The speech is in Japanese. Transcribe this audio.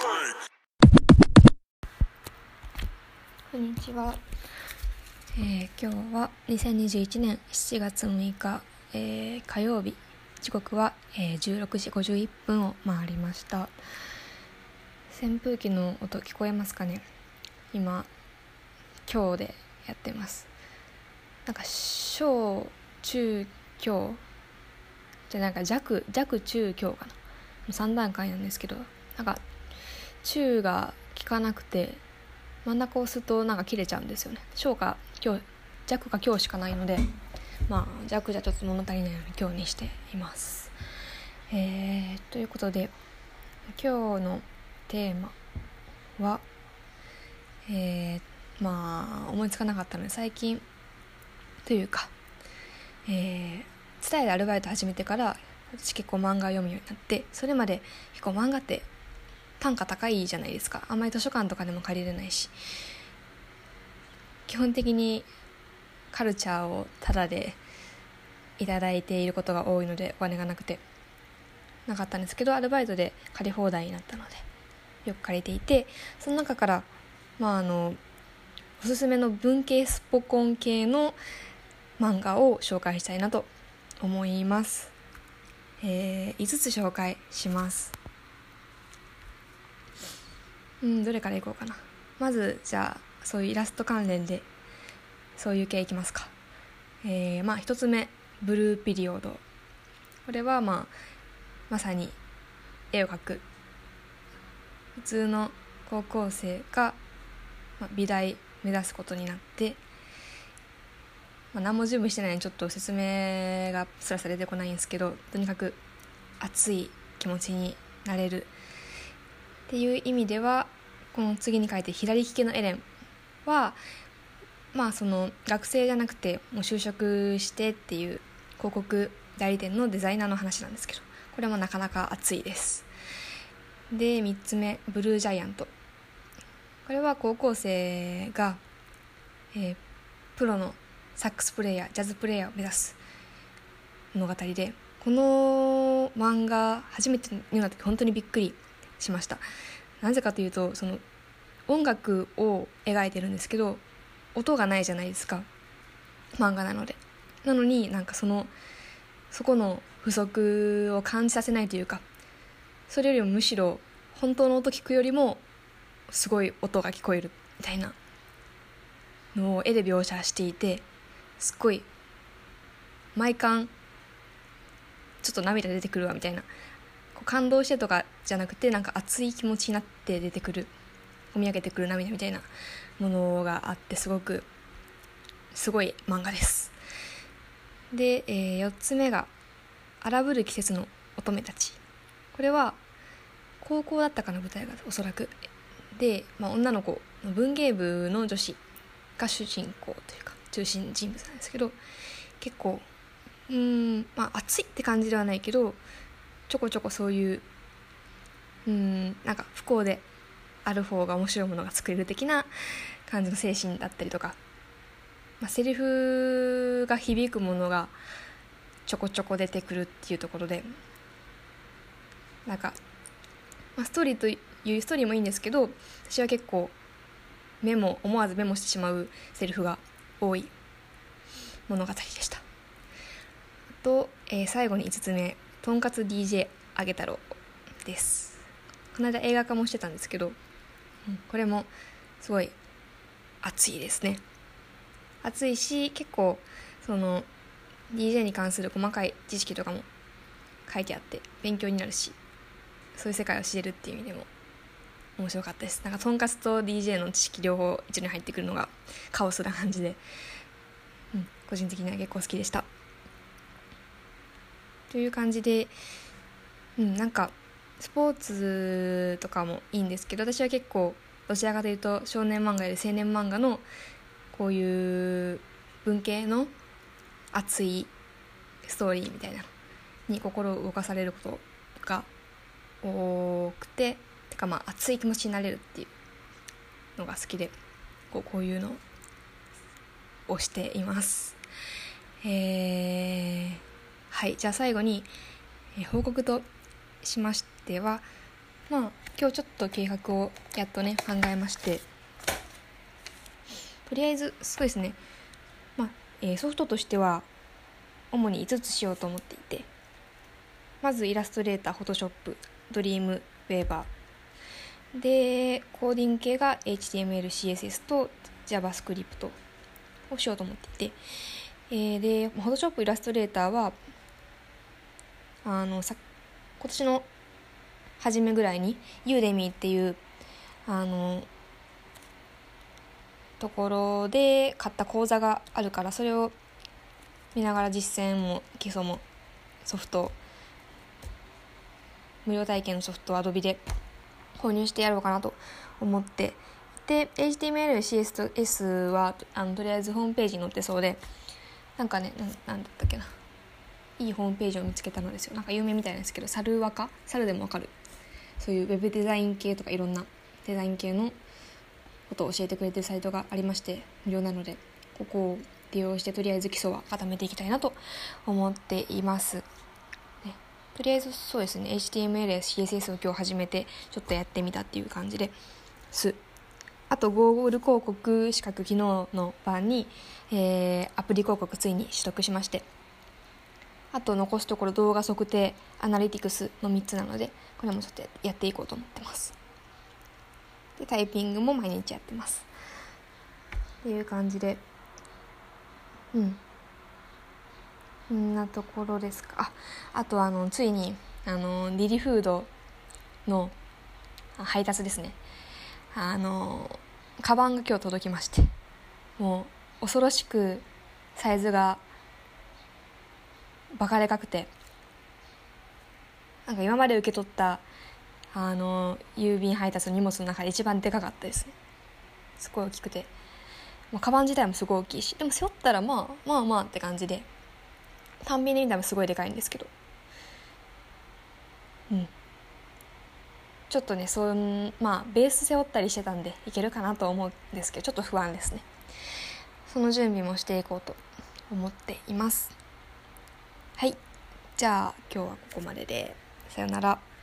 こんにちは。今日は2021年7月6日、火曜日、時刻は、16時51分を回りました。扇風機の音聞こえますかね。今強でやってます。なんか小中強じゃなんか弱中強かな、3段階なんですけど、なんか中が効かなくて真ん中を押すとなんか切れちゃうんですよね。小か強、弱か強しかないので、弱じゃちょっと物足りないので強にしています。ということで今日のテーマは、思いつかなかったので、最近というか、伝えでアルバイト始めてから私結構漫画を読むようになって、それまで結構漫画って単価高いじゃないですか。あんまり図書館とかでも借りれないし、基本的にカルチャーをタダでいただいていることが多いので、お金がなくてなかったんですけど、アルバイトで借り放題になったのでよく借りていて、その中からおすすめの文系スポコン系の漫画を紹介したいなと思います。5つ紹介します。どれからいこうかな。まずじゃあそういうイラスト関連でそういう系いきますか。一つ目、ブルーピリオド。これはまさに絵を描く普通の高校生が、美大目指すことになって、何も準備してないのでちょっと説明がスラスラ出てこないんですけど、とにかく熱い気持ちになれるっていう意味では、この次に書いて左利きのエレンはその学生じゃなくてもう就職してっていう広告代理店のデザイナーの話なんですけど、これもなかなか熱いです。で3つ目、ブルージャイアント。これは高校生が、プロのサックスプレイヤー、ジャズプレイヤーを目指す物語で、この漫画初めて読んだ時本当にびっくりしました。なぜかというと、その音楽を描いてるんですけど音がないじゃないですか、漫画なので。なのになんかそこの不足を感じさせないというか、それよりもむしろ本当の音聞くよりもすごい音が聞こえるみたいなのを絵で描写していて、すっごい毎巻ちょっと涙出てくるわみたいな、感動してとかじゃなくて、なんか熱い気持ちになって出てくる、込み上げてくる涙みたいなものがあって、すごい漫画です。で、4つ目が荒ぶる季節の乙女たち。これは高校だったかな、舞台がおそらくで、女の子の文芸部の女子が主人公というか中心人物なんですけど、結構熱いって感じではないけど、ちょこちょこそういうなんか不幸である方が面白いものが作れる的な感じの精神だったりとか、セリフが響くものがちょこちょこ出てくるっていうところで、なんか、ストーリーというストーリーもいいんですけど、私は結構思わずメモしてしまうセリフが多い物語でした。あと、最後に5つ目、とんかつ DJ あげ太郎です。この間映画化もしてたんですけど、これもすごい熱いですね。熱いし、結構その DJ に関する細かい知識とかも書いてあって勉強になるし、そういう世界を知れるっていう意味でも面白かったです。なんかとんかつと DJ の知識両方一緒に入ってくるのがカオスな感じで、個人的には結構好きでしたという感じで、なんかスポーツとかもいいんですけど、私は結構どちらかというと少年漫画より青年漫画のこういう文系の熱いストーリーみたいなに心を動かされることが多くて、熱い気持ちになれるっていうのが好きで、こういうのをしています。はい、じゃあ最後に、報告としましては、 今日ちょっと計画をやっとね考えまして、とりあえずそうですね、ソフトとしては主に5つしようと思っていて、まずイラストレーター、フォトショップ、ドリームウェーバーで、コーディング系が HTML、CSS と JavaScript をしようと思っていて、でフォトショップ、イラストレーターは今年の初めぐらいにユーデミーっていうところで買った講座があるから、それを見ながら実践も基礎もソフト、無料体験のソフトを Adobe で購入してやろうかなと思ってで、 HTML、CSS はとりあえずホームページに載ってそうで、なんだったっけな、いいホームページを見つけたのですよ。なんか有名みたいなんですけど、猿でもわかる、そういうウェブデザイン系とかいろんなデザイン系のことを教えてくれてるサイトがありまして、無料なのでここを利用してとりあえず基礎は固めていきたいなと思っています、ね、とりあえずそうですね、 HTML、CSS を今日始めてちょっとやってみたっていう感じです。あと Google 広告資格、昨日の晩に、アプリ広告ついに取得しまして、あと残すところ動画測定、アナリティクスの3つなので、これもちょっとやっていこうと思ってます。でタイピングも毎日やってますっていう感じで、こんなところですか。あとついにリリフードの配達ですね。カバンが今日届きまして、もう恐ろしくサイズがバカでかくて、なんか今まで受け取った郵便配達の荷物の中で一番でかかったですね。すごい大きくて、カバン自体もすごい大きいし、でも背負ったらまあって感じで、単品で見たらすごいでかいんですけど、ちょっとねベース背負ったりしてたんでいけるかなと思うんですけど、ちょっと不安ですね。その準備もしていこうと思っています。はい、じゃあ今日はここまでで、さよなら。